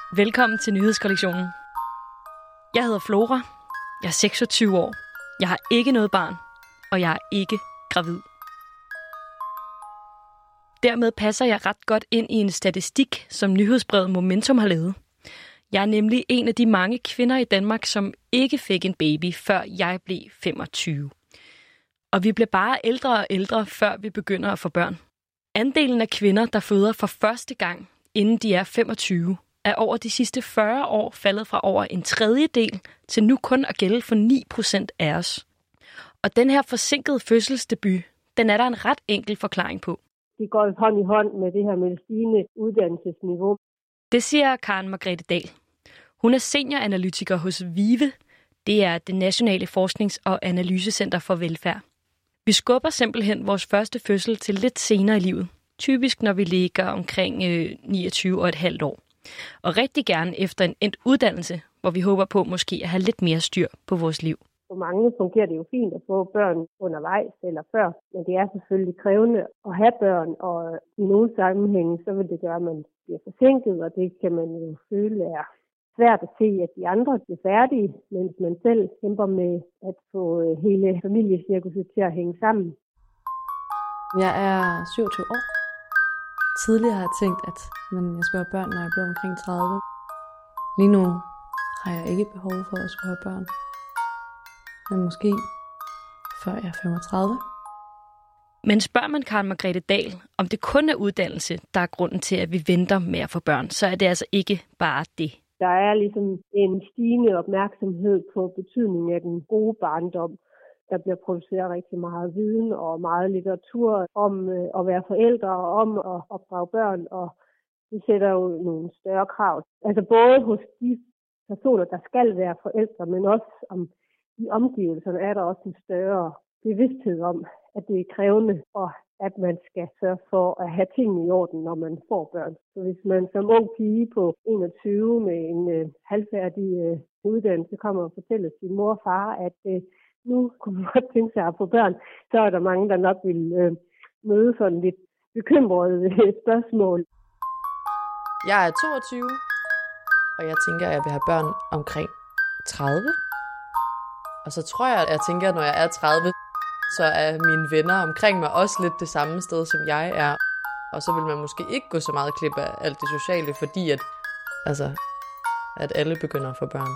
Velkommen til Nyhedskollektionen. Jeg hedder Flora. Jeg er 26 år. Jeg har ikke noget barn. Og jeg er ikke gravid. Dermed passer jeg ret godt ind i en statistik, som nyhedsbrevet Momentum har lavet. Jeg er nemlig en af de mange kvinder i Danmark, som ikke fik en baby, før jeg blev 25. Og vi bliver bare ældre og ældre, før vi begynder at få børn. Andelen af kvinder, der føder for første gang, inden de er 25, er over de sidste 40 år faldet fra over en tredjedel til nu kun at gælde for 9% af os. Og den her forsinkede fødselsdebut, den er der en ret enkel forklaring på. Det går hånd i hånd med det her med det stigende uddannelsesniveau. Det siger Karen Margrethe Dahl. Hun er senioranalytiker hos VIVE. Det er det Nationale Forsknings- og Analysecenter for Velfærd. Vi skubber simpelthen vores første fødsel til lidt senere i livet. Typisk når vi ligger omkring 29,5 år. Og rigtig gerne efter en endt uddannelse, hvor vi håber på måske at have lidt mere styr på vores liv. For mange fungerer det jo fint at få børn undervejs eller før, men det er selvfølgelig krævende at have børn, og i nogle sammenhænge så vil det gøre, at man bliver forsinket, og det kan man jo føle er svært at se, at de andre bliver færdige, mens man selv kæmper med at få hele familiecirkuset til at hænge sammen. Jeg er 27 år. Tidligere har jeg tænkt, at jeg skal have børn, når jeg bliver omkring 30. Lige nu har jeg ikke behov for at skulle have børn. Men måske før jeg er 35. Men spørger man Karen Margrethe Dahl, om det kun er uddannelse, der er grunden til, at vi venter med at få børn, så er det altså ikke bare det. Der er ligesom en stigende opmærksomhed på betydningen af den gode barndom. Der bliver produceret rigtig meget viden og meget litteratur om at være forældre og om at opdrage børn, og det sætter jo nogle større krav. Altså både hos de personer, der skal være forældre, men også om i omgivelserne er der også en større bevidsthed om, at det er krævende, og at man skal sørge for at have tingene i orden, når man får børn. Så hvis man som ung pige på 21 med en halvfærdig uddannelse kommer og fortæller sin mor og far, at nu kunne man godt tænke sig at få børn, så er der mange, der nok vil møde sådan lidt bekymrede spørgsmål. Jeg er 22, og jeg tænker, at jeg vil have børn omkring 30. Og så tror jeg, at jeg tænker, at når jeg er 30, så er mine venner omkring mig også lidt det samme sted, som jeg er. Og så vil man måske ikke gå så meget klip af alt det sociale, fordi at alle begynder at få børn.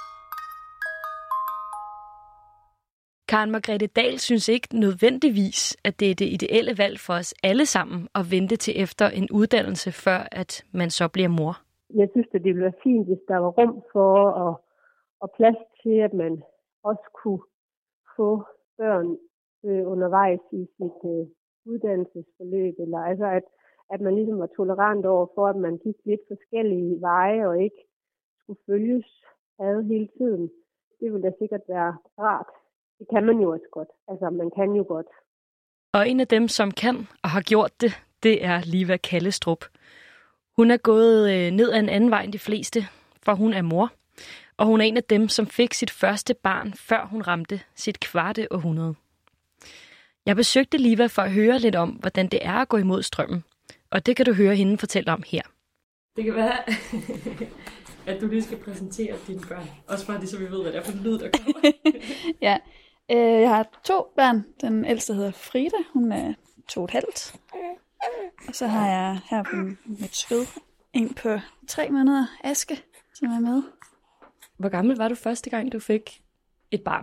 Karen Margrethe Dahl synes ikke nødvendigvis, at det er det ideelle valg for os alle sammen at vente til efter en uddannelse, før at man så bliver mor. Jeg synes, at det ville være fint, hvis der var rum for og plads til, at man også kunne få børn undervejs i sit uddannelsesforløb, eller altså at man ligesom var tolerant over for, at man gik lidt forskellige veje og ikke skulle følges ad hele tiden. Det ville da sikkert være rart. Det kan man jo også godt. Altså, man kan jo godt. Og en af dem, som kan og har gjort det, det er Liva Kallestrup. Hun er gået ned ad en anden vej end de fleste, for hun er mor. Og hun er en af dem, som fik sit første barn, før hun ramte sit kvarte århundrede. Jeg besøgte Liva for at høre lidt om, hvordan det er at gå imod strømmen. Og det kan du høre hende fortælle om her. Det kan være, at du lige skal præsentere dine børn. Også bare det, så vi ved, hvad det er for en lyd, der kommer. Ja, jeg har 2 børn. Den ældste hedder Frida. Hun er 2,5. Og så har jeg her på mit skød en på 3 måneder, Aske, som er med. Hvor gammel var du første gang, du fik et barn?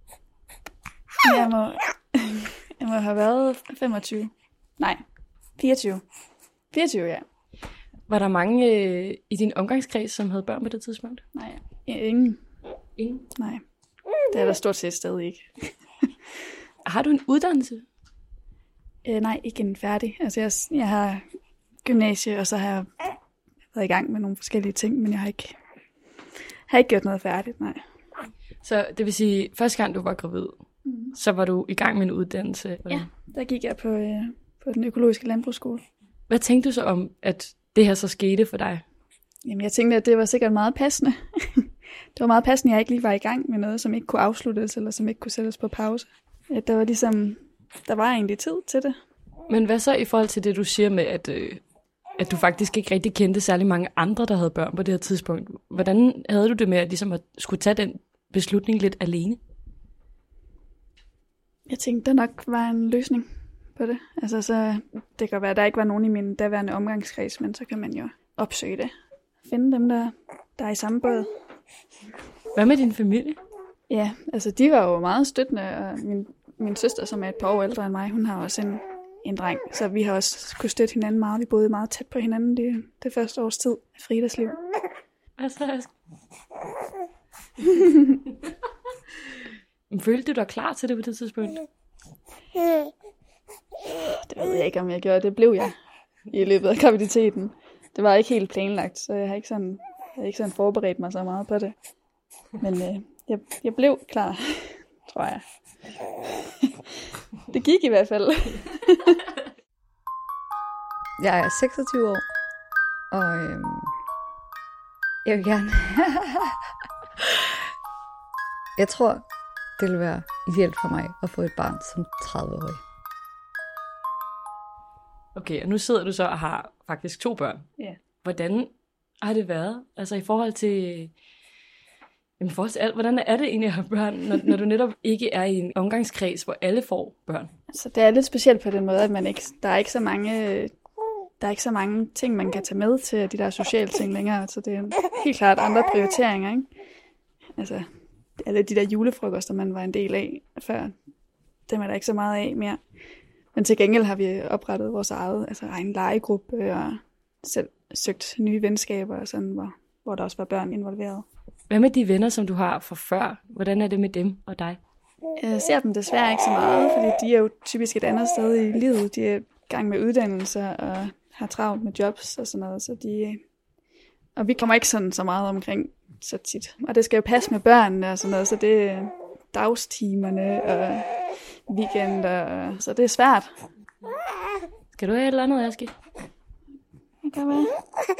Jeg må have været 25. Nej, 24. 24, ja. Var der mange i din omgangskreds, som havde børn på det tidspunkt? Nej, ingen. Ingen? Nej, det er der stort set stadig ikke. Har du en uddannelse? Nej, ikke en færdig. Altså jeg har gymnasie, og så har jeg været i gang med nogle forskellige ting, men jeg har ikke gjort noget færdigt, nej. Så det vil sige, første gang du var gravid, så var du i gang med en uddannelse? Eller? Ja, der gik jeg på den økologiske landbrugsskole. Hvad tænkte du så om, at det her så skete for dig? Jamen, jeg tænkte, at det var sikkert meget passende. Det var meget passende, at jeg ikke lige var i gang med noget, som ikke kunne afsluttes, eller som ikke kunne sættes på pause. Der var egentlig tid til det. Men hvad så i forhold til det, du siger med, at du faktisk ikke rigtig kendte særlig mange andre, der havde børn på det her tidspunkt. Hvordan havde du det med ligesom at skulle tage den beslutning lidt alene? Jeg tænkte, der nok var en løsning på det. Altså, så det kan være, at der ikke var nogen i min daværende omgangskreds, men så kan man jo opsøge det. Finde dem, der er i samme båd. Hvad med din familie? Ja, altså de var jo meget støttende, og min søster, som er et par år ældre end mig, hun har også en dreng, så vi har også kunne støtte hinanden meget. Vi boede meget tæt på hinanden det første års tid af Fridas liv. Følte du dig klar til det på det tidspunkt? Det ved jeg ikke, om jeg gjorde. Det blev jeg i løbet af graviditeten. Det var ikke helt planlagt, så jeg har ikke sådan forberedt mig så meget på det. Men jeg blev klar, tror jeg. Det gik i hvert fald. Jeg er 26 år, og jeg vil gerne... Jeg tror, det vil være ideelt for mig at få et barn som 30-årig. Okay, og nu sidder du så og har faktisk 2 børn. Ja. Hvordan har det været? Altså i forhold til alt, hvordan er det egentlig at have børn, når du netop ikke er i en omgangskreds, hvor alle får børn? Så det er lidt specielt på den måde, at der er ikke så mange ting, man kan tage med til de der sociale ting længere. Så det er helt klart andre prioriteringer, ikke? Altså, alle de der julefrokoster, man var en del af før, dem er der ikke så meget af mere. Men til gengæld har vi oprettet vores egen legegruppe og selv søgt nye venskaber, og sådan, hvor der også var børn involveret. Hvad med de venner, som du har fra før? Hvordan er det med dem og dig? Jeg ser dem desværre ikke så meget, fordi de er jo typisk et andet sted i livet. De er i gang med uddannelser og har travlt med jobs og sådan noget. Og vi kommer ikke sådan så meget omkring så tit. Og det skal jo passe med børnene og sådan noget, så det er dagstimerne og weekender. Så det er svært. Skal du have et eller andet, Aske? Det kan være.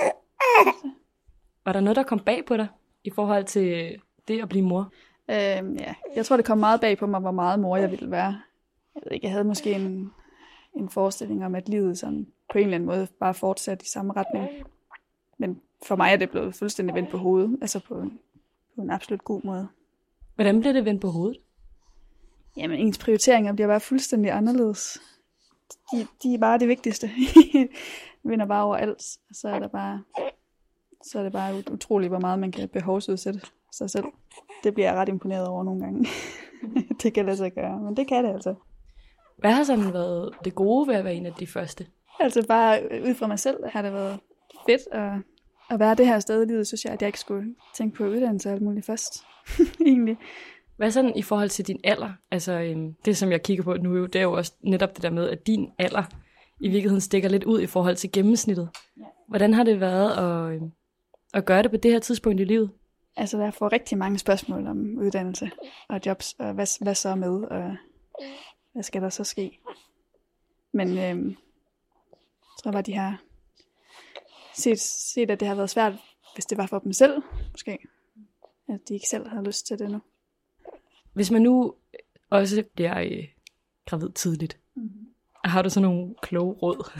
Var der noget, der kom bag på dig i forhold til det at blive mor? Ja, jeg tror, det kom meget bag på mig, hvor meget mor jeg ville være. Jeg ved ikke, jeg havde måske en forestilling om, at livet sådan på en eller anden måde bare fortsatte i samme retning. Men for mig er det blevet fuldstændig vendt på hovedet, altså på en absolut god måde. Hvordan bliver det vendt på hovedet? Jamen, ens prioriteringer bliver bare fuldstændig anderledes. De er bare det vigtigste. Vinder bare over alt. Så er det bare utroligt, hvor meget man kan behovsudsætte sig selv. Det bliver jeg ret imponeret over nogle gange. Det kan lade sig gøre, men det kan det altså. Hvad har sådan været det gode ved at være en af de første? Altså bare ud fra mig selv har det været fedt at være det her sted i livet, synes jeg, at jeg ikke skulle tænke på uddannelse og alt muligt først. Egentlig. Hvad sådan i forhold til din alder? Altså det, som jeg kigger på nu, det er jo også netop det der med, at din alder i virkeligheden stikker lidt ud i forhold til gennemsnittet. Ja. Hvordan har det været at gøre det på det her tidspunkt i livet? Altså, jeg får rigtig mange spørgsmål om uddannelse og jobs, og hvad så med, og hvad skal der så ske? Men jeg tror bare, de har set, at det har været svært, hvis det var for dem selv, måske. At de ikke selv har lyst til det nu. Hvis man nu også bliver gravid tidligt, har du så nogle kloge råd?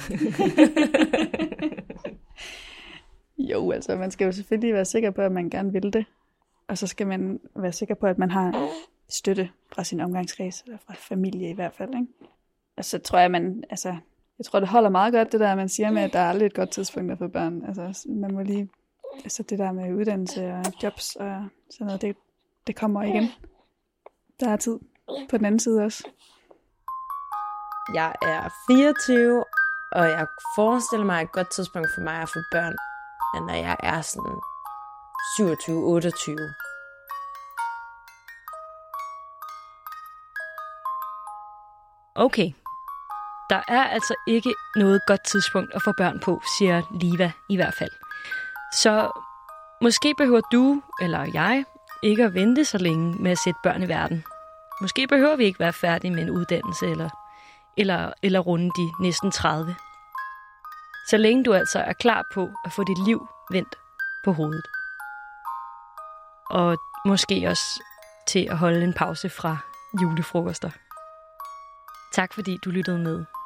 Jo, altså man skal jo selvfølgelig være sikker på, at man gerne vil det. Og så skal man være sikker på, at man har støtte fra sin omgangskreds, eller fra familie i hvert fald. Ikke? Og så tror jeg, det holder meget godt, det der, man siger med, at der er aldrig et godt tidspunkt at få børn. Altså man må lige, det der med uddannelse og jobs og sådan noget, det kommer igen. Der er tid på den anden side også. Jeg er 24, og jeg forestiller mig, at et godt tidspunkt for mig at få børn, når jeg er sådan 27-28. Okay. Der er altså ikke noget godt tidspunkt at få børn på, siger Liva i hvert fald. Så måske behøver du, eller jeg, ikke at vente så længe med at sætte børn i verden. Måske behøver vi ikke være færdige med en uddannelse eller runde de næsten 30. Så længe du altså er klar på at få dit liv vendt på hovedet. Og måske også til at holde en pause fra julefrokoster. Tak fordi du lyttede med.